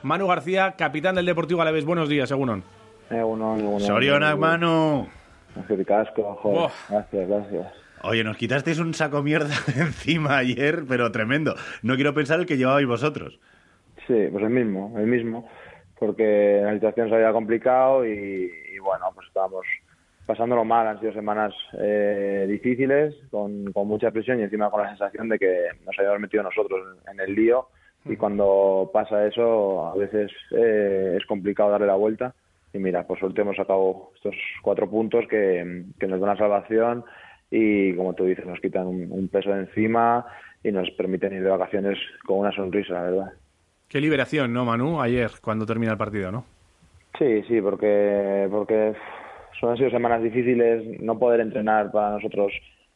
Manu García, capitán del Deportivo Alavés. Buenos días, Egunon. Egunon. Sorionak, Manu. Casco, joder. Gracias. Oye, nos quitasteis un saco mierda encima ayer, pero tremendo. No quiero pensar el que llevabais vosotros. Sí, pues el mismo, porque la situación se había complicado y bueno, pues estábamos pasándolo mal. Han sido semanas difíciles, con mucha presión y encima con la sensación de que nos habíamos metido nosotros en el lío, y cuando pasa eso a veces es complicado darle la vuelta. Y mira, por suerte hemos sacado estos 4 puntos que nos dan la salvación y, como tú dices, nos quitan un peso de encima y nos permiten ir de vacaciones con una sonrisa, la verdad. Qué liberación, ¿no, Manu? Ayer, cuando termina el partido, ¿no? Sí, porque han sido semanas difíciles. No poder entrenar para nosotros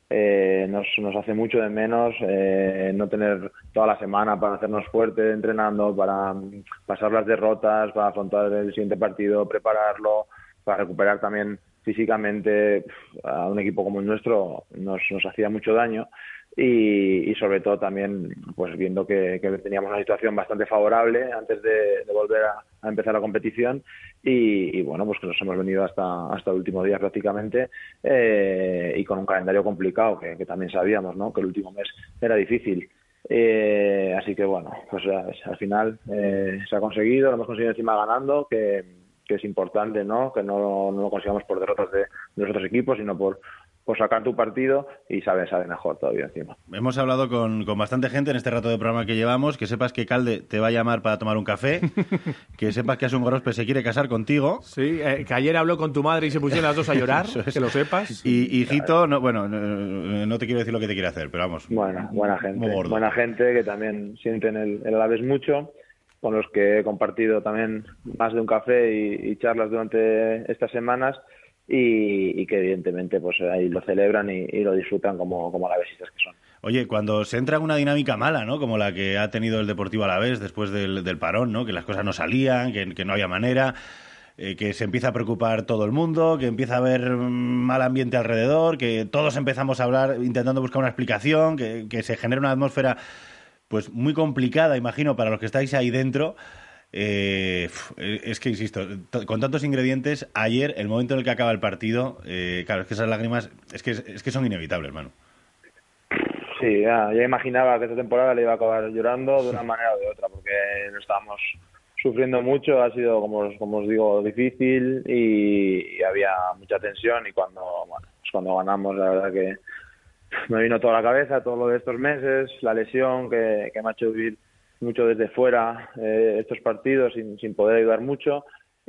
nos hace mucho de menos. No tener toda la semana para hacernos fuertes entrenando, para pasar las derrotas, para afrontar el siguiente partido, prepararlo, para recuperar también físicamente. A un equipo como el nuestro nos hacía mucho daño. Y sobre todo también pues viendo que teníamos una situación bastante favorable antes de volver a empezar la competición y bueno, pues que nos hemos venido hasta el último día prácticamente, y con un calendario complicado que también sabíamos, ¿no?, que el último mes era difícil. Así que bueno, pues al final se ha conseguido, lo hemos conseguido encima ganando, que es importante, ¿no?, que no lo consigamos por derrotas de los otros equipos, sino por sacar tu partido, y sabe mejor todavía encima. Hemos hablado con bastante gente en este rato de programa que llevamos. Que sepas que Calde te va a llamar para tomar un café. Que sepas que Asun Gorospe se quiere casar contigo. Sí, que ayer habló con tu madre y se pusieron las dos a llorar, que lo sepas. Y Hijito, no te quiero decir lo que te quiere hacer, pero vamos. Buena gente que también sienten el Alavés mucho, con los que he compartido también más de un café y charlas durante estas semanas. Y que evidentemente pues ahí lo celebran y lo disfrutan como alavesistas que son. Oye, cuando se entra en una dinámica mala, ¿no?, como la que ha tenido el Deportivo Alavés después del parón, ¿no?, que las cosas no salían, que no había manera, que se empieza a preocupar todo el mundo, que empieza a haber mal ambiente alrededor, que todos empezamos a hablar intentando buscar una explicación, que se genera una atmósfera pues muy complicada, imagino, para los que estáis ahí dentro. Es que, insisto, con tantos ingredientes, ayer, el momento en el que acaba el partido, claro, es que esas lágrimas es que son inevitables, hermano. Sí, ya imaginaba que esta temporada le iba a acabar llorando de una manera o de otra, porque lo estábamos sufriendo mucho. Ha sido, como os digo, difícil y había mucha tensión, y cuando ganamos, la verdad que me vino toda la cabeza todo lo de estos meses, la lesión que me ha hecho vivir mucho desde fuera estos partidos sin poder ayudar mucho,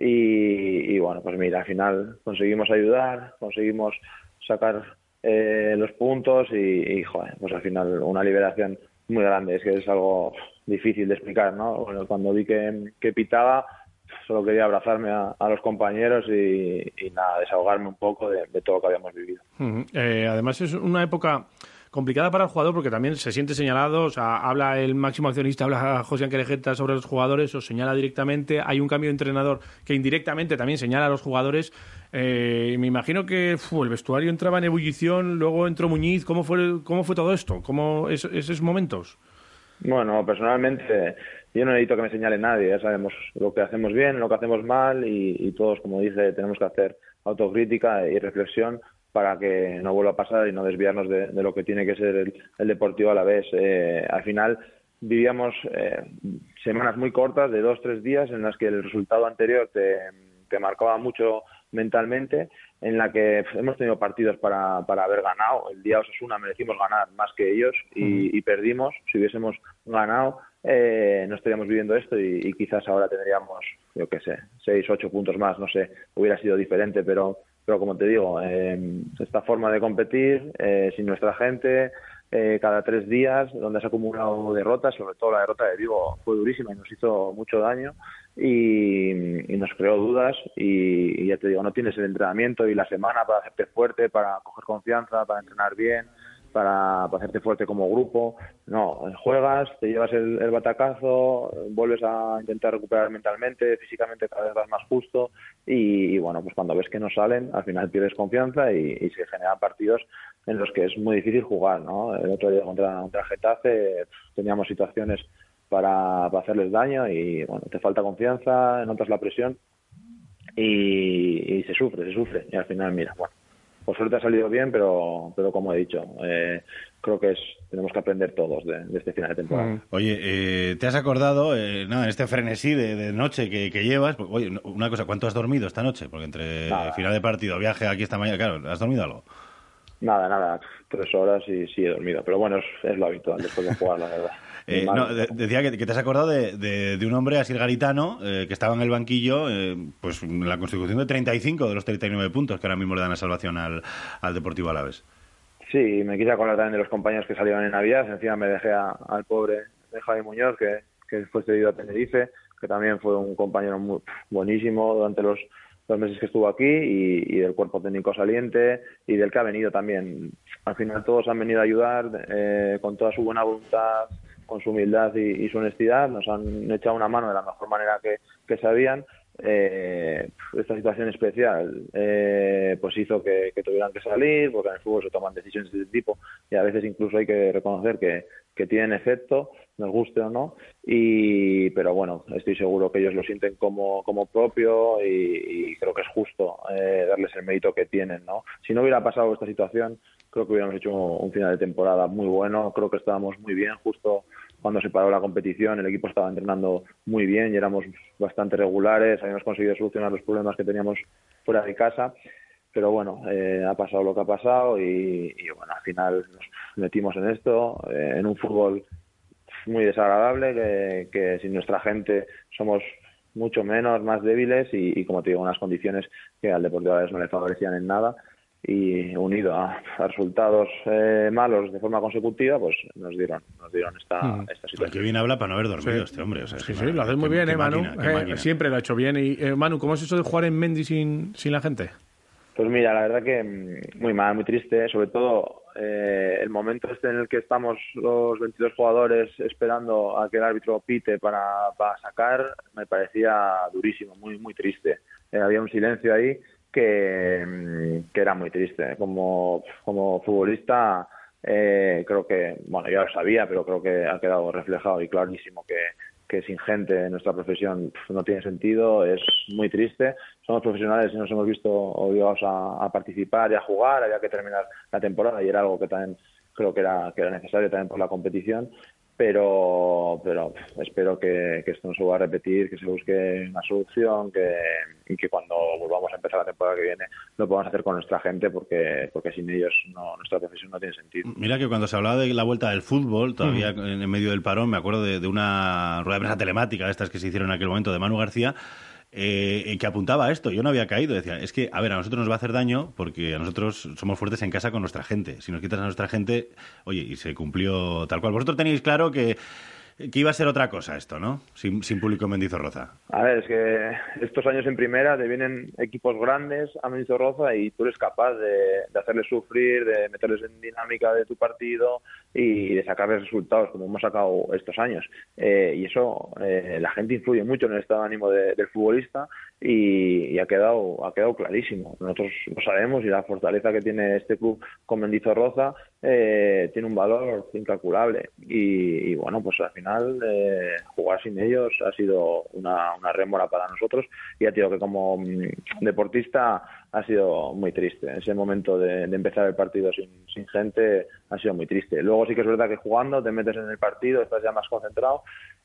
y bueno, pues mira, al final conseguimos ayudar, conseguimos sacar los puntos y joder, pues al final una liberación muy grande. Es que es algo difícil de explicar, ¿no? Bueno, cuando vi que pitaba, solo quería abrazarme a los compañeros y nada, desahogarme un poco de todo lo que habíamos vivido. Además es una época complicada para el jugador, porque también se siente señalado. O sea, habla el máximo accionista, habla José Ángel Ejeta sobre los jugadores, os señala directamente. Hay un cambio de entrenador que indirectamente también señala a los jugadores. Me imagino que el vestuario entraba en ebullición, luego entró Muñiz. ¿Cómo fue todo esto? ¿Cómo esos momentos? Bueno, personalmente yo no necesito que me señale nadie. Ya sabemos lo que hacemos bien, lo que hacemos mal, y todos, como dije, tenemos que hacer autocrítica y reflexión para que no vuelva a pasar y no desviarnos de lo que tiene que ser el Deportivo Alavés. Al final vivíamos semanas muy cortas, de 2-3 días, en las que el resultado anterior te marcaba mucho mentalmente, en la que hemos tenido partidos para haber ganado. El día de Osasuna merecimos ganar más que ellos y perdimos. Si hubiésemos ganado, no estaríamos viviendo esto, y quizás ahora tendríamos, yo qué sé, 6-8 puntos más, no sé, hubiera sido diferente, pero como te digo, esta forma de competir sin nuestra gente, cada 3 días, donde se ha acumulado derrotas, sobre todo la derrota de Vigo fue durísima y nos hizo mucho daño, y nos creó dudas, y ya te digo, no tienes el entrenamiento y la semana para hacerte fuerte, para coger confianza, para entrenar bien, para hacerte fuerte como grupo. No, juegas, te llevas el batacazo, vuelves a intentar recuperar mentalmente, físicamente cada vez vas más justo, y bueno, pues cuando ves que no salen, al final pierdes confianza y se generan partidos en los que es muy difícil jugar, ¿no? El otro día contra Getafe teníamos situaciones para hacerles daño y bueno, te falta confianza, notas la presión y se sufre y al final mira, bueno, por suerte ha salido bien, pero como he dicho, creo que tenemos que aprender todos de este final de temporada. Oye, ¿te has acordado, nada, en este frenesí de noche que llevas? Pues, oye, una cosa, ¿cuánto has dormido esta noche? Porque entre final de partido, viaje aquí esta mañana, claro, ¿has dormido algo? Nada, 3 horas y sí he dormido, pero bueno, es lo habitual después de jugar, la verdad. Decía que te has acordado de un hombre, Asier Garitano, que estaba en el banquillo, pues en la consecución de 35 de los 39 puntos que ahora mismo le dan la salvación al Deportivo Alavés. Sí, me quise acordar también de los compañeros que salieron en Navidad. Encima me dejé al pobre de Javi Muñoz, que fue cedido a Tenerife, que también fue un compañero muy buenísimo durante los meses que estuvo aquí y del cuerpo técnico saliente y del que ha venido también. Al final todos han venido a ayudar con toda su buena voluntad, con su humildad y su honestidad. Nos han echado una mano de la mejor manera que sabían. Esta situación especial pues hizo que tuvieran que salir, porque en el fútbol se toman decisiones de este tipo y a veces incluso hay que reconocer que tienen efecto, nos guste o no, pero bueno, estoy seguro que ellos lo sienten como propio y creo que es justo darles el mérito que tienen, ¿no? Si no hubiera pasado esta situación, creo que hubiéramos hecho un final de temporada muy bueno, creo que estábamos muy bien justo cuando se paró la competición, el equipo estaba entrenando muy bien y éramos bastante regulares, habíamos conseguido solucionar los problemas que teníamos fuera de casa, pero bueno, ha pasado lo que ha pasado y bueno, al final nos metimos en esto, en un fútbol muy desagradable, que sin nuestra gente somos mucho menos, más débiles y como te digo, unas condiciones que al Deportivo Alavés no le favorecían en nada y unido a resultados malos de forma consecutiva, pues nos dieron esta situación. Qué bien habla para no haber dormido este hombre. O sea, sí, lo haces muy bien, Manu. Siempre lo ha hecho bien. Y Manu, ¿cómo es eso de jugar en Mendy sin la gente? Pues mira, la verdad que muy mal, muy triste, sobre todo el momento en el que estamos los 22 jugadores esperando a que el árbitro pite para sacar, me parecía durísimo, muy muy triste. Había un silencio ahí que era muy triste. Como futbolista creo que, bueno, ya lo sabía, pero creo que ha quedado reflejado y clarísimo que sin gente en nuestra profesión no tiene sentido, es muy triste. Somos profesionales y nos hemos visto obligados a participar y a jugar, había que terminar la temporada y era algo que también creo que era necesario también por la competición, pero espero que esto no se vuelva a repetir, que se busque una solución y que cuando volvamos a empezar la temporada que viene lo podamos hacer con nuestra gente porque sin ellos nuestra profesión no tiene sentido. Mira que cuando se hablaba de la vuelta del fútbol, todavía en medio del parón, me acuerdo de una rueda de prensa telemática, estas que se hicieron en aquel momento, de Manu García, que apuntaba a esto. Yo no había caído. Decía, es que, a ver, a nosotros nos va a hacer daño porque a nosotros somos fuertes en casa con nuestra gente. Si nos quitas a nuestra gente, oye, y se cumplió tal cual. Vosotros tenéis claro que iba a ser otra cosa esto, ¿no? Sin público en Mendizorroza. A ver, es que estos años en primera te vienen equipos grandes a Mendizorroza y tú eres capaz de hacerles sufrir, de meterles en dinámica de tu partido y de sacarles resultados como hemos sacado estos años. Y eso, la gente influye mucho en el estado de ánimo del futbolista y ha quedado clarísimo. Nosotros lo sabemos y la fortaleza que tiene este club con Mendizorroza tiene un valor incalculable y bueno, pues al final jugar sin ellos ha sido una rémora para nosotros y ya te digo que como deportista ha sido muy triste. Ese momento de empezar el partido sin gente ha sido muy triste. Luego sí que es verdad que jugando te metes en el partido, estás ya más concentrado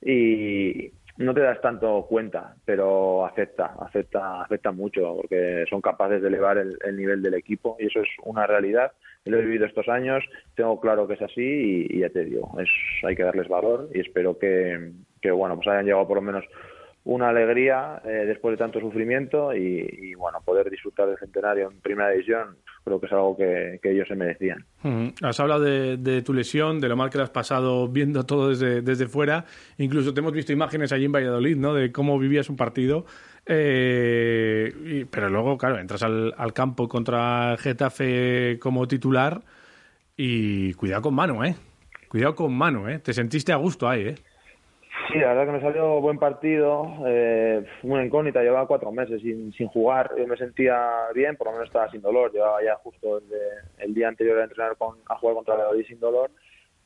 y no te das tanto cuenta, pero afecta mucho porque son capaces de elevar el nivel del equipo y eso es una realidad. Lo he vivido estos años, tengo claro que es así y ya te digo, hay que darles valor y espero que bueno, pues hayan llegado por lo menos una alegría después de tanto sufrimiento y bueno, poder disfrutar del centenario en primera división creo que es algo que ellos se merecían. Has hablado de tu lesión, de lo mal que lo has pasado viendo todo desde fuera, incluso te hemos visto imágenes allí en Valladolid, ¿no? De cómo vivías un partido, pero luego, claro, entras al campo contra Getafe como titular y cuidado con Manu, te sentiste a gusto ahí, Sí, la verdad que me salió buen partido, una incógnita, llevaba 4 meses sin jugar, yo me sentía bien, por lo menos estaba sin dolor, llevaba ya justo el día anterior a entrenar a jugar contra Valladolid sin dolor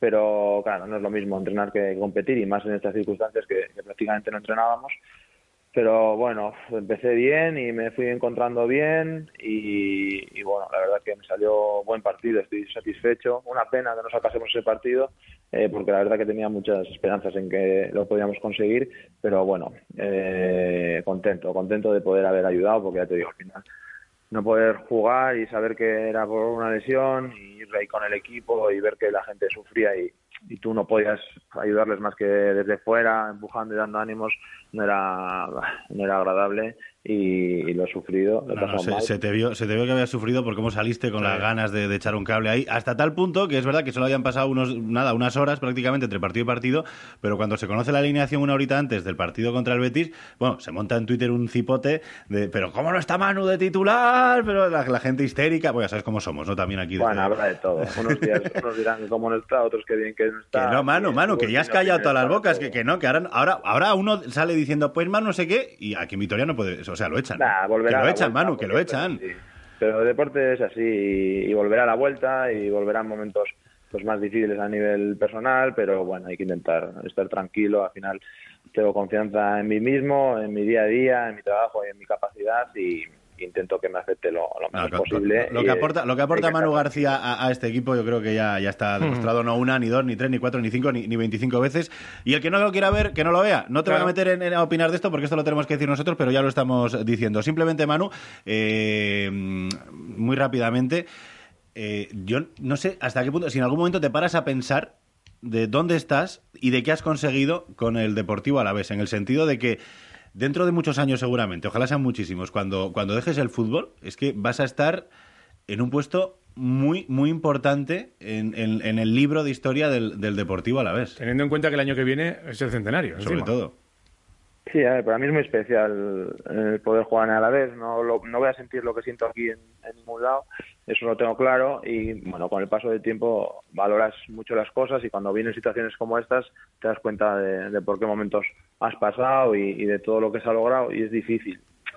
pero claro, no es lo mismo entrenar que competir, y más en estas circunstancias que prácticamente no entrenábamos. Pero bueno, empecé bien y me fui encontrando bien y bueno, la verdad que me salió buen partido, estoy satisfecho. Una pena que no sacásemos ese partido, porque la verdad que tenía muchas esperanzas en que lo podíamos conseguir, pero bueno, contento de poder haber ayudado, porque ya te digo, al final no poder jugar y saber que era por una lesión, y ir ahí con el equipo y ver que la gente sufría y tú no podías ayudarles más que desde fuera, empujando y dando ánimos, no era agradable, y lo he sufrido, lo he pasado mal. Se te vio que habías sufrido por cómo saliste con las ganas de echar un cable ahí, hasta tal punto que es verdad que solo habían pasado unas horas prácticamente entre partido y partido, pero cuando se conoce la alineación una horita antes del partido contra el Betis, bueno, se monta en Twitter un cipote de pero ¿cómo no está Manu de titular? Pero la gente histérica, pues ya sabes cómo somos, ¿no? También aquí. Bueno, habrá de todo. Unos dirán que cómo no está, otros que bien que no está. Que no, Manu, que ya has callado todas las bocas, que no, que ahora uno sale diciendo, pues Manu no sé qué, y aquí en Vitoria no puede, o sea, lo echan. Que lo echan, Manu, que lo echan. Sí. Pero el deporte es así, y volverá a la vuelta, y volverán momentos pues más difíciles a nivel personal, pero bueno, hay que intentar estar tranquilo. Al final tengo confianza en mí mismo, en mi día a día, en mi trabajo y en mi capacidad, y intento que me afecte lo menos posible. Lo que aporta Manu García a este equipo, yo creo que ya está demostrado, no una, ni dos, ni tres, ni cuatro, ni cinco, ni 25 veces. Y el que no lo quiera ver, que no lo vea. No te voy a meter en a opinar de esto, porque esto lo tenemos que decir nosotros, pero ya lo estamos diciendo. Simplemente, Manu, muy rápidamente, yo no sé hasta qué punto, si en algún momento te paras a pensar de dónde estás y de qué has conseguido con el Deportivo Alavés, en el sentido de que dentro de muchos años seguramente, ojalá sean muchísimos, cuando dejes el fútbol, es que vas a estar en un puesto muy, muy importante en el libro de historia del Deportivo Alavés. Teniendo en cuenta que el año que viene es el centenario. Sobre todo. Sí, a ver, para mí es muy especial el poder jugar en Alavés. No voy a sentir lo que siento aquí en ningún lado, eso lo tengo claro, y bueno, con el paso del tiempo valoras mucho las cosas, y cuando vienen situaciones como estas te das cuenta de por qué momentos has pasado y de todo lo que se ha logrado, y es difícil.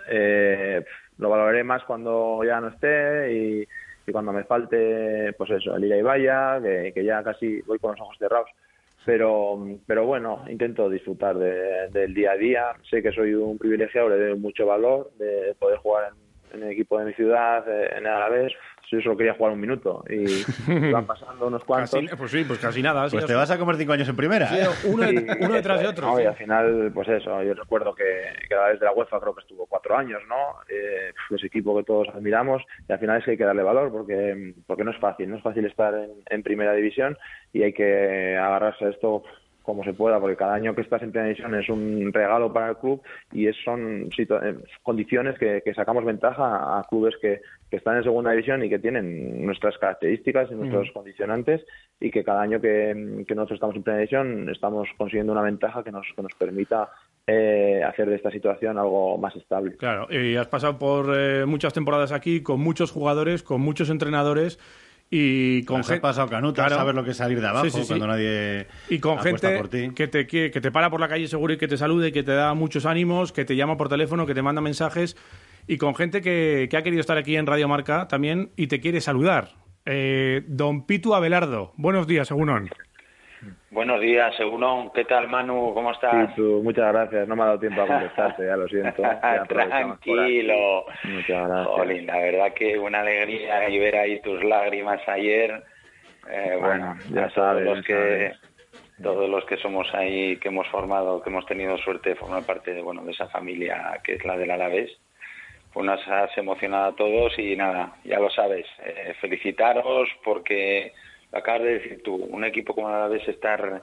Lo valoraré más cuando ya no esté, y cuando me falte, pues eso, el ir y vaya, que ya casi voy con los ojos cerrados. Pero bueno, intento disfrutar del día a día. Sé que soy un privilegiado, le doy mucho valor de poder jugar en el equipo de mi ciudad, en el Alavés. Yo solo quería jugar un minuto y van pasando unos cuantos. Pues casi nada. Pues te vas a comer 5 años en primera. Sí, uno detrás de otro. No, y al final, pues eso, yo recuerdo que la vez de la UEFA creo que estuvo 4 años, ¿no? Ese equipo que todos admiramos, y al final es que hay que darle valor, porque no es fácil estar en primera división, y hay que agarrarse a esto como se pueda, porque cada año que estás en primera división es un regalo para el club, y son condiciones que sacamos ventaja a clubes que están en segunda división y que tienen nuestras características y nuestros condicionantes, y que cada año que nosotros estamos en primera división estamos consiguiendo una ventaja que nos permita hacer de esta situación algo más estable. Claro, y has pasado por muchas temporadas aquí, con muchos jugadores, con muchos entrenadores, y con gente, has pasado canuta, claro, sabes lo que es salir de abajo, cuando nadie y con gente por ti, que te para por la calle seguro y que te salude, que te da muchos ánimos, que te llama por teléfono, que te manda mensajes, y con gente que ha querido estar aquí en Radio Marca también y te quiere saludar. Don Pitu Abelardo, buenos días, Egunon. Buenos días, Egunon. ¿Qué tal, Manu? ¿Cómo estás? Pitu, muchas gracias. No me ha dado tiempo a contestarte, ya lo siento. Tranquilo. Muchas gracias. Jolín, la verdad que una alegría y ver ahí tus lágrimas ayer. Bueno, ya sabes, todos los que somos ahí, que hemos formado, que hemos tenido suerte de formar parte de esa familia que es la del Alavés, pues nos has emocionado a todos, y nada, ya lo sabes, felicitaros porque lo acabas de decir tú, un equipo como el Alavés estar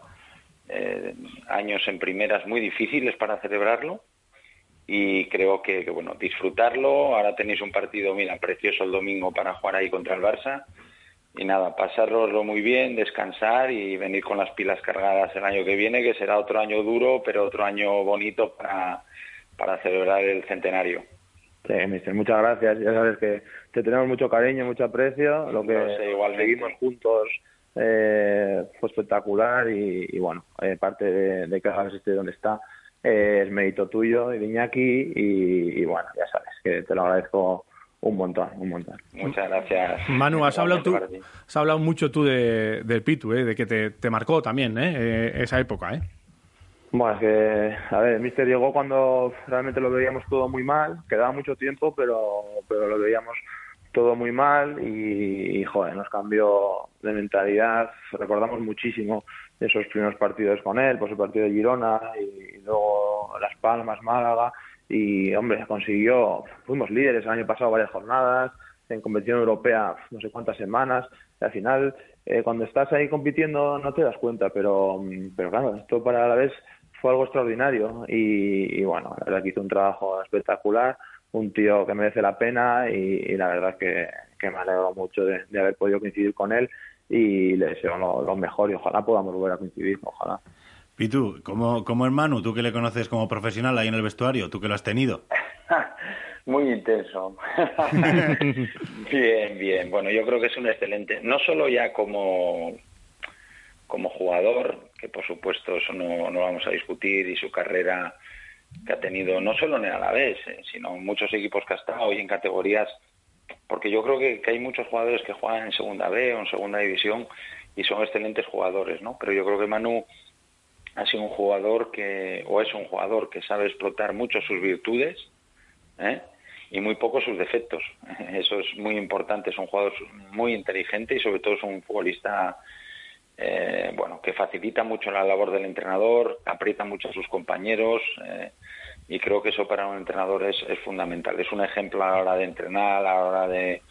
años en primera es muy difícil, es para celebrarlo, y creo que disfrutarlo. Ahora tenéis un partido, precioso el domingo para jugar ahí contra el Barça, y nada, pasároslo muy bien, descansar y venir con las pilas cargadas el año que viene, que será otro año duro, pero otro año bonito para celebrar el centenario. Sí, mister, muchas gracias. Ya sabes que te tenemos mucho cariño, mucho aprecio. Lo que seguimos juntos fue espectacular, y bueno, parte de que Alavés esté donde está es mérito tuyo y de Iñaki, y bueno, ya sabes que te lo agradezco un montón. Muchas gracias. Manu, has hablado mucho tú del Pitu, de que te marcó también esa época, ¿eh? Bueno, es que, a ver, el míster llegó cuando realmente lo veíamos todo muy mal, quedaba mucho tiempo, pero lo veíamos todo muy mal y joder, nos cambió de mentalidad. Recordamos muchísimo esos primeros partidos con él, pues el partido de Girona y luego Las Palmas, Málaga, y hombre, fuimos líderes el año pasado varias jornadas, en competición europea no sé cuántas semanas, y al final cuando estás ahí compitiendo no te das cuenta, pero claro, esto para la vez fue algo extraordinario y bueno, la verdad que hizo un trabajo espectacular, un tío que merece la pena y la verdad que me alegro mucho de haber podido coincidir con él y le deseo lo mejor y ojalá podamos volver a coincidir, ojalá. Pitu, ¿cómo es Manu? Tú que le conoces como profesional ahí en el vestuario, tú que lo has tenido. Muy intenso. Bien. Bueno, yo creo que es un excelente, no solo ya como jugador, que por supuesto eso no vamos a discutir, y su carrera que ha tenido no solo en el Alavés, sino en muchos equipos que ha estado y en categorías, porque yo creo que hay muchos jugadores que juegan en segunda B o en segunda división y son excelentes jugadores, ¿no? Pero yo creo que Manu ha sido un jugador es un jugador que sabe explotar mucho sus virtudes, y muy poco sus defectos. Eso es muy importante. Es un jugador muy inteligente y sobre todo es un futbolista que facilita mucho la labor del entrenador, aprieta mucho a sus compañeros, y creo que eso para un entrenador es fundamental. Es un ejemplo a la hora de entrenar, a la hora de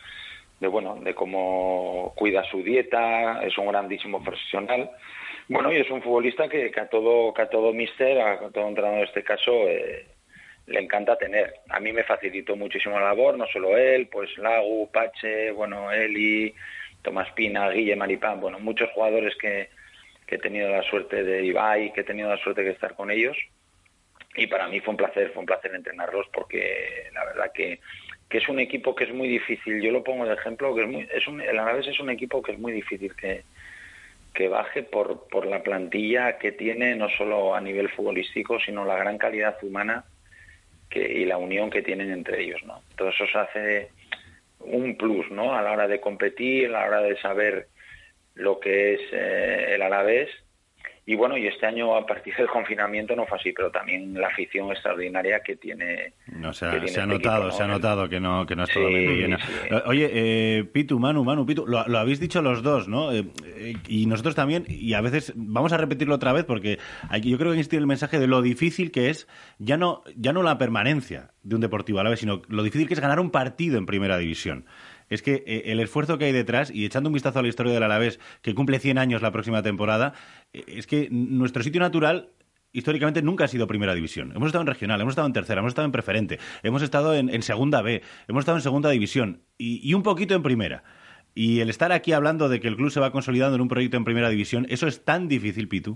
cómo cuida su dieta, es un grandísimo profesional. Bueno, y es un futbolista que a todo míster, a todo entrenador en este caso, le encanta tener. A mí me facilitó muchísimo la labor, no solo él, pues Lagu, Pache, Eli, Tomás Pina, Guille Maripán, muchos jugadores que he tenido la suerte de Ibai, que he tenido la suerte de estar con ellos, y para mí fue un placer entrenarlos, porque la verdad que es un equipo que es muy difícil. Yo lo pongo de ejemplo, que el Alavés es un equipo que es muy difícil que baje por la plantilla que tiene, no solo a nivel futbolístico, sino la gran calidad humana y la unión que tienen entre ellos, ¿no? Todo eso se hace un plus, ¿no? A la hora de competir, a la hora de saber lo que es el Alavés. Y bueno, y este año a partir del confinamiento no fue así, pero también la afición extraordinaria que tiene. No, se ha notado, ¿no? Se ha notado que no es totalmente llena. Sí. Oye, Manu, Pitu, lo habéis dicho los dos, ¿no? Y nosotros también, y a veces vamos a repetirlo otra vez porque yo creo que insistir el mensaje de lo difícil que es ya no la permanencia de un Deportivo Alavés, sino lo difícil que es ganar un partido en Primera División. Es que el esfuerzo que hay detrás, y echando un vistazo a la historia del Alavés, que cumple 100 años la próxima temporada, es que nuestro sitio natural históricamente nunca ha sido Primera División. Hemos estado en regional, hemos estado en tercera, hemos estado en preferente, hemos estado en segunda B, hemos estado en segunda división y un poquito en primera. Y el estar aquí hablando de que el club se va consolidando en un proyecto en Primera División, ¿eso es tan difícil, Pitu?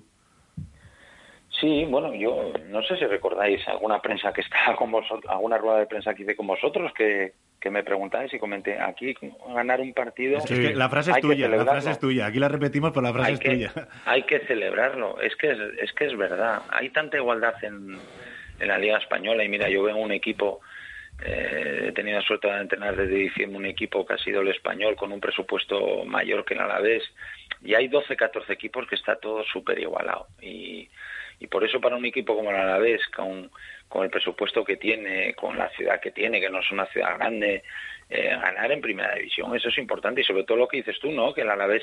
Sí, yo no sé si recordáis alguna prensa que estaba con vosotros, alguna rueda de prensa que hice con vosotros, que me preguntáis y comenté, aquí ganar un partido... Es que la frase es tuya, aquí la repetimos, pero la frase es tuya. Hay que celebrarlo, es que es verdad, hay tanta igualdad en la Liga Española, y mira, yo vengo un equipo, he tenido la suerte de entrenar desde diciembre un equipo que ha sido el Español, con un presupuesto mayor que el Alavés, y hay 12, 14 equipos que está todo súper igualado, y por eso para un equipo como el Alavés, con el presupuesto que tiene, con la ciudad que tiene, que no es una ciudad grande, ganar en Primera División, eso es importante. Y sobre todo lo que dices tú, ¿no? Que el Alavés,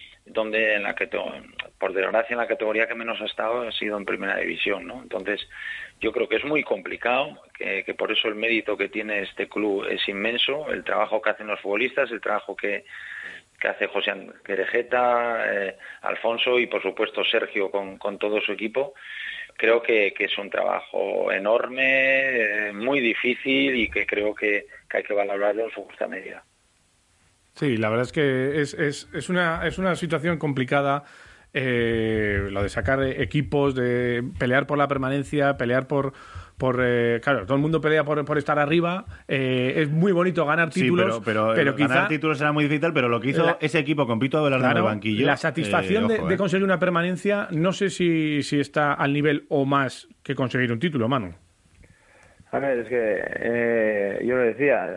por desgracia en la categoría que menos ha estado, ha sido en Primera División, ¿no? Entonces yo creo que es muy complicado, que por eso el mérito que tiene este club es inmenso, el trabajo que hacen los futbolistas, el trabajo que hace José Querejeta, Alfonso y por supuesto Sergio con todo su equipo. Creo que es un trabajo enorme, muy difícil, y que creo que hay que valorarlo en su justa medida. Sí, la verdad es que es una situación complicada, lo de sacar equipos, de pelear por la permanencia, pelear por claro, todo el mundo pelea por estar arriba, es muy bonito ganar títulos, sí, pero quizá ganar títulos será muy difícil, pero lo que hizo ese equipo con Pito Abelardo en el banquillo, la satisfacción de conseguir una permanencia, no sé si está al nivel o más que conseguir un título, Manu. A ver, es que yo lo decía,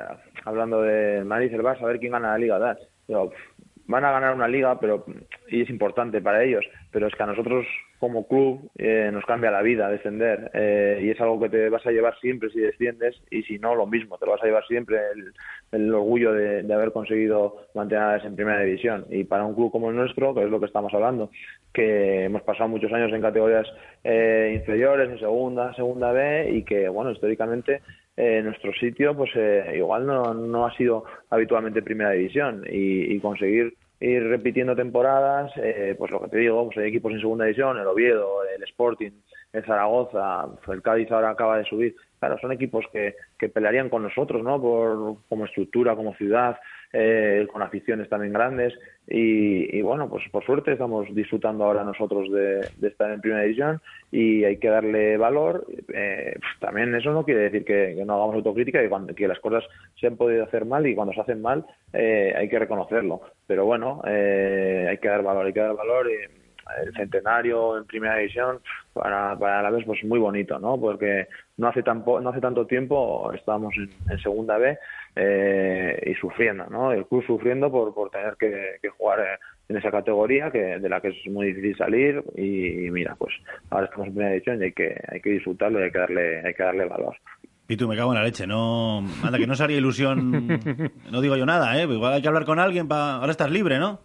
hablando de Madrid y el Barça, a ver quién gana la Liga. Tal. Digo, van a ganar una Liga, y es importante para ellos, pero es que a nosotros como club nos cambia la vida descender, y es algo que te vas a llevar siempre si desciendes, y si no, lo mismo, te lo vas a llevar siempre el orgullo de haber conseguido mantenerlas en primera división. Y para un club como el nuestro, que es lo que estamos hablando, que hemos pasado muchos años en categorías inferiores, en segunda B, y que, bueno, históricamente nuestro sitio pues igual no ha sido habitualmente primera división, y conseguir ir repitiendo temporadas, pues lo que te digo, pues hay equipos en segunda división, el Oviedo, el Sporting, el Zaragoza, el Cádiz ahora acaba de subir. Claro, son equipos que pelearían con nosotros, ¿no? Como estructura, como ciudad, con aficiones también grandes, y bueno, pues por suerte estamos disfrutando ahora nosotros de estar en primera división, y hay que darle valor. También eso no quiere decir que no hagamos autocrítica, que las cosas se han podido hacer mal, y cuando se hacen mal hay que reconocerlo, pero bueno, hay que dar valor, el centenario en primera división para la vez pues muy bonito, ¿no? Porque no hace tanto tiempo estábamos en segunda B, y sufriendo, ¿no? El club sufriendo por tener que jugar en esa categoría de la que es muy difícil salir, y mira, pues ahora estamos en primera división y hay que disfrutarlo, y hay que darle valor. Pitu, me cago en la leche, no... Anda, que no se haría ilusión, no digo yo nada, igual hay que hablar con alguien ahora estás libre, ¿no?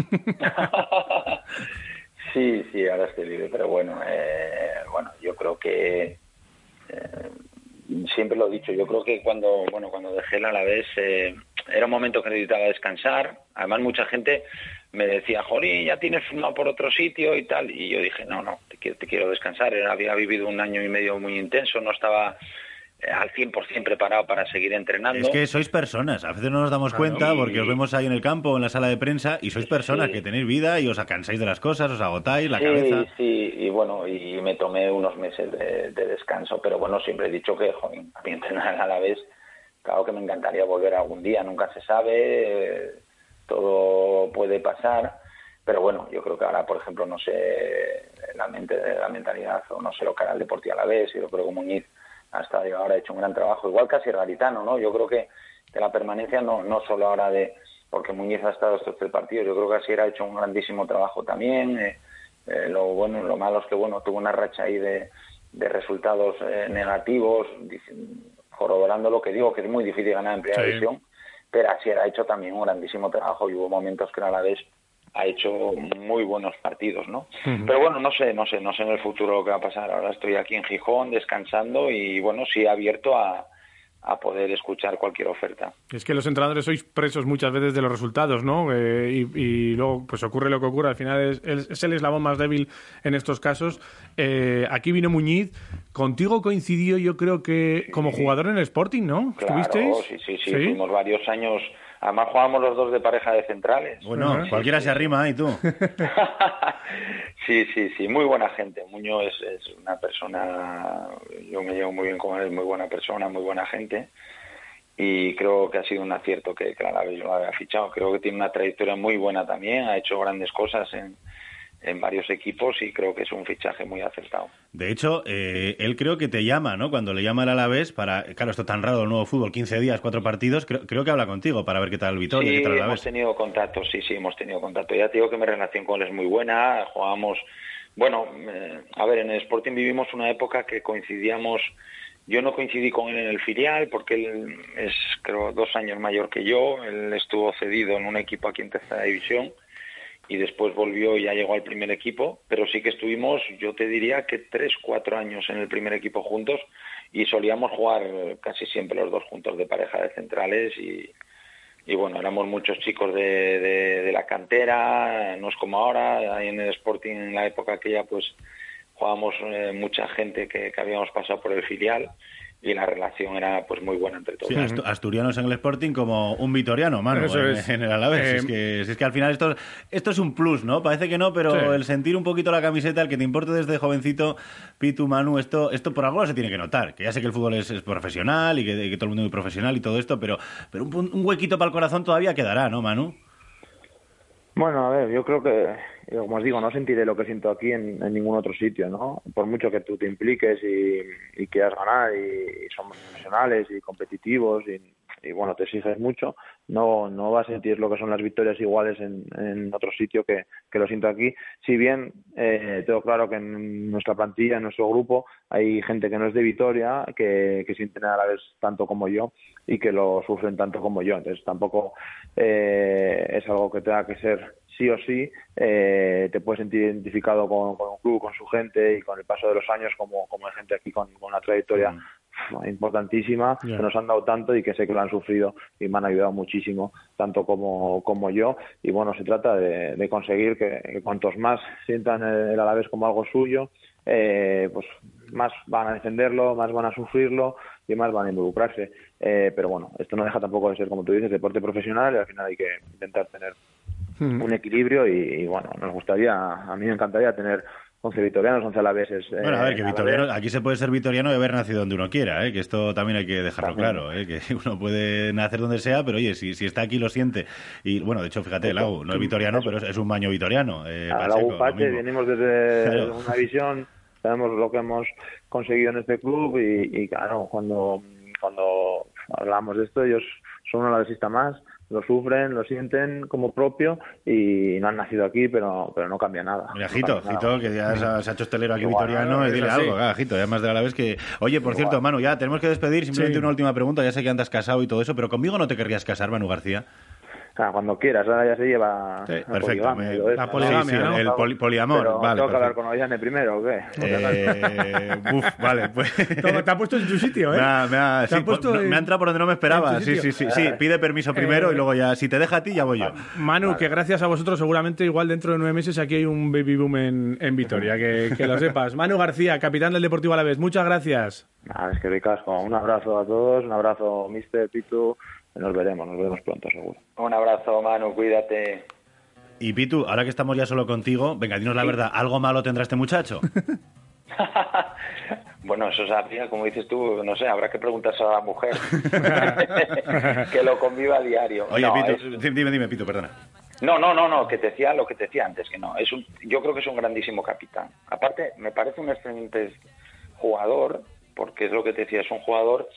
Sí, ahora estoy libre, pero bueno, yo creo que siempre lo he dicho, yo creo que cuando dejé el Alavés era un momento que necesitaba descansar. Además, mucha gente me decía, Jori, ya tienes firmado por otro sitio y tal, y yo dije, no, te quiero descansar. Había vivido 1 año y medio muy intenso, no estaba al 100% preparado para seguir entrenando. Es que sois personas, a veces no nos damos cuenta porque os vemos ahí en el campo o en la sala de prensa, y sois personas que tenéis vida y os cansáis de las cosas, os agotáis la cabeza. Sí, y bueno, y me tomé unos meses de descanso, pero bueno, siempre he dicho que, joder, a mí entrenar a la vez, claro que me encantaría volver algún día, nunca se sabe, todo puede pasar, pero bueno, yo creo que ahora, por ejemplo, no sé la mentalidad, o no sé lo que hará el Deportivo a la vez, y yo creo que Muñiz hasta ahora ha hecho un gran trabajo, igual casi Garitano, ¿no? Yo creo que de la permanencia no solo ahora porque Muñiz ha estado estos 3 partidos, yo creo que Asier ha hecho un grandísimo trabajo también. Lo malo es que tuvo una racha ahí de resultados negativos, corroborando lo que digo, que es muy difícil ganar en primera división, pero Asier ha hecho también un grandísimo trabajo, y hubo momentos que a la vez ha hecho muy buenos partidos, ¿no? Uh-huh. Pero bueno, no sé en el futuro lo que va a pasar. Ahora estoy aquí en Gijón descansando, y bueno, sí abierto a poder escuchar cualquier oferta. Es que los entrenadores sois presos muchas veces de los resultados, ¿no? Y luego pues ocurre lo que ocurre. Al final es el eslabón más débil en estos casos. Aquí vino Muñiz. Contigo coincidió, yo creo que como jugador en el Sporting, ¿no? Claro, ¿Estuvisteis? Sí. Fuimos varios años. Además jugábamos los dos de pareja de centrales. Bueno, cualquiera se arrima, ¿y tú? Sí, muy buena gente. Muñoz es una persona, yo me llevo muy bien con él, es muy buena persona, muy buena gente, y creo que ha sido un acierto que el Alavés lo haya fichado. Creo que tiene una trayectoria muy buena también, ha hecho grandes cosas en varios equipos, y creo que es un fichaje muy acertado. De hecho, él creo que te llama, ¿no? Cuando le llama el Alavés claro, esto tan raro, el nuevo fútbol, 15 días, 4 partidos, creo que habla contigo para ver qué tal el Vitoria, qué tal el Alavés. Sí, hemos tenido contacto. Ya te digo que mi relación con él es muy buena, jugábamos... Bueno, en el Sporting vivimos una época que coincidíamos... Yo no coincidí con él en el filial porque él es, creo, 2 años mayor que yo. Él estuvo cedido en un equipo aquí en tercera división, y después volvió y ya llegó al primer equipo, pero sí que estuvimos, yo te diría que 3-4 años en el primer equipo juntos, y solíamos jugar casi siempre los dos juntos de pareja de centrales, y bueno, éramos muchos chicos de la cantera, no es como ahora, ahí en el Sporting en la época aquella pues jugábamos mucha gente que habíamos pasado por el filial, y la relación era pues muy buena entre todos. Sí, asturianos en el Sporting como un vitoriano, mano, en el Alavés. Es que al final esto es un plus, ¿no? Parece que no, pero el sentir un poquito la camiseta, el que te importe desde jovencito, Pitu, Manu, esto por algo se tiene que notar. Que ya sé que el fútbol es profesional, y que todo el mundo es muy profesional y todo esto, pero un huequito para el corazón todavía quedará, ¿no, Manu? Bueno, a ver, yo creo que, como os digo, no sentiré lo que siento aquí en ningún otro sitio, ¿no? Por mucho que tú te impliques y quieras ganar, y somos profesionales y competitivos, y bueno, te exiges mucho, no vas a sentir lo que son las victorias iguales en otro sitio que lo siento aquí. Si bien tengo claro que en nuestra plantilla, en nuestro grupo, hay gente que no es de Vitoria, que sienten a la vez tanto como yo y que lo sufren tanto como yo. Entonces tampoco es algo que tenga que ser sí o sí. Te puedes sentir identificado con un club, con su gente, y con el paso de los años como hay gente aquí con una trayectoria importantísima, que nos han dado tanto y que sé que lo han sufrido y me han ayudado muchísimo, tanto como yo. Y bueno, se trata de conseguir que cuantos más sientan el Alavés como algo suyo, pues más van a defenderlo, más van a sufrirlo y más van a involucrarse. Pero bueno, esto no deja tampoco de ser, como tú dices, deporte profesional, y al final hay que intentar tener un equilibrio y bueno, a mí me encantaría tener 11 vitorianos, 11 alaveses. Bueno, a ver, que vitoriano, aquí se puede ser vitoriano y haber nacido donde uno quiera, que esto también hay que dejarlo claro, que uno puede nacer donde sea, pero oye, si está aquí lo siente. Y bueno, de hecho, fíjate, el Lau no es vitoriano, pero es un maño vitoriano. Pacheco, Pache, venimos desde una visión, sabemos lo que hemos conseguido en este club y claro, cuando hablamos de esto, ellos son un alavesista más, lo sufren, lo sienten como propio y no han nacido aquí, pero no cambia nada. Mira, Jito, que ya se ha hecho hostelero aquí vitoriano, y dile algo, Jito, además de a la vez que... Oye, por cierto, Manu, ya tenemos que despedir, simplemente una última pregunta, ya sé que andas casado y todo eso, pero conmigo no te querrías casar, Manu García. Cuando quieras, ahora ya se lleva perfecto, la poligamia, ¿no? El poliamor. Pero vale, ¿tengo que hablar con Ollane primero o qué? Vale, pues... Te ha puesto en tu sitio, ¿eh? Me ha entrado por donde no me esperaba. Sí, pide permiso primero y luego ya, si te deja a ti, ya voy yo. Manu, que gracias a vosotros, seguramente igual dentro de 9 meses aquí hay un baby boom en Vitoria, que lo sepas. Manu García, capitán del Deportivo Alavés, muchas gracias. Es que ricasco. Un abrazo a todos, un abrazo, Mister, Pitu. Nos veremos pronto, seguro. Un abrazo, Manu, cuídate. Y Pitu, ahora que estamos ya solo contigo, venga, dinos la verdad, ¿algo malo tendrá este muchacho? Bueno, eso sabría, como dices tú, no sé, habrá que preguntarse a la mujer. Que lo conviva a diario. Oye, Pitu, dime, Pitu, perdona. No, que te decía lo que te decía antes, que no. Yo creo que es un grandísimo capitán. Aparte, me parece un excelente jugador, porque es lo que te decía, es un jugador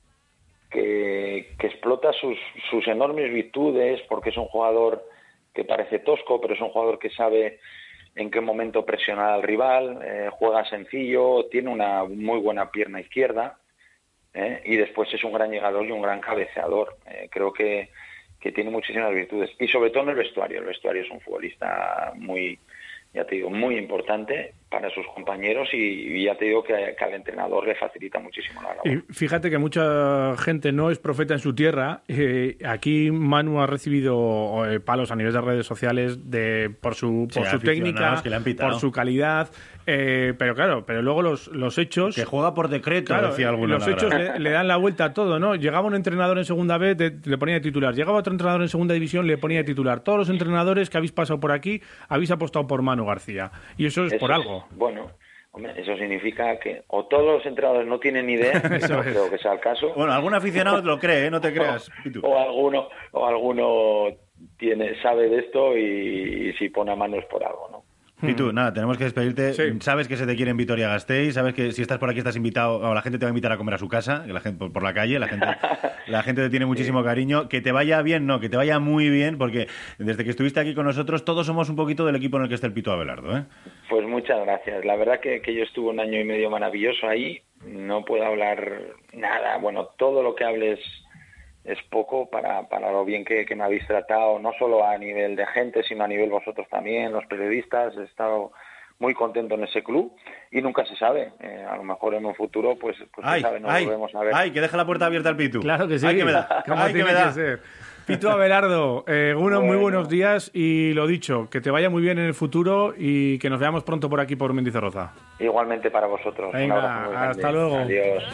que explota sus enormes virtudes, porque es un jugador que parece tosco, pero es un jugador que sabe en qué momento presionar al rival, juega sencillo, tiene una muy buena pierna izquierda, y después es un gran llegador y un gran cabeceador. Creo que tiene muchísimas virtudes, y sobre todo en el vestuario. El vestuario es un futbolista muy, ya te digo, muy importante para sus compañeros, y ya te digo que al entrenador le facilita muchísimo la labor. Y fíjate que mucha gente no es profeta en su tierra. Aquí Manu ha recibido palos a nivel de redes sociales por su técnica, por su calidad, pero luego los hechos... Que juega por decreto, claro, decía alguno. Los hechos le dan la vuelta a todo, ¿no? Llegaba un entrenador en segunda vez, le ponía de titular. Llegaba otro entrenador en segunda división, le ponía de titular. Todos los entrenadores que habéis pasado por aquí habéis apostado por Manu García. Y eso es por algo. Bueno, hombre, eso significa que o todos los entrenadores no tienen ni idea, no creo que sea el caso. Bueno, algún aficionado lo cree, no te creas. O alguno sabe de esto y si pone a manos por algo, ¿no? Y tú, nada, tenemos que despedirte. Sí. Sabes que se te quiere en Vitoria-Gasteiz, sabes que si estás por aquí estás invitado, o la gente te va a invitar a comer a su casa, que la gente por la calle, la gente te tiene muchísimo cariño. Que te vaya bien, que te vaya muy bien, porque desde que estuviste aquí con nosotros todos somos un poquito del equipo en el que está el Pitu Abelardo, ¿eh? Pues muchas gracias. La verdad que yo estuve 1 año y medio maravilloso ahí, no puedo hablar nada, bueno, todo lo que hables es poco para lo bien que me habéis tratado, no solo a nivel de gente, sino a nivel vosotros también, los periodistas. He estado muy contento en ese club y nunca se sabe. A lo mejor en un futuro, pues se sabe, nos volvemos a ver. ¡Ay, que deja la puerta abierta al Pitu! Claro que sí. ¡Ay, que me da! ¡Ay, que me da! Pitu Abelardo, muy buenos días y lo dicho, que te vaya muy bien en el futuro y que nos veamos pronto por aquí por Mendizorroza. Igualmente para vosotros. Venga, hasta luego. Adiós.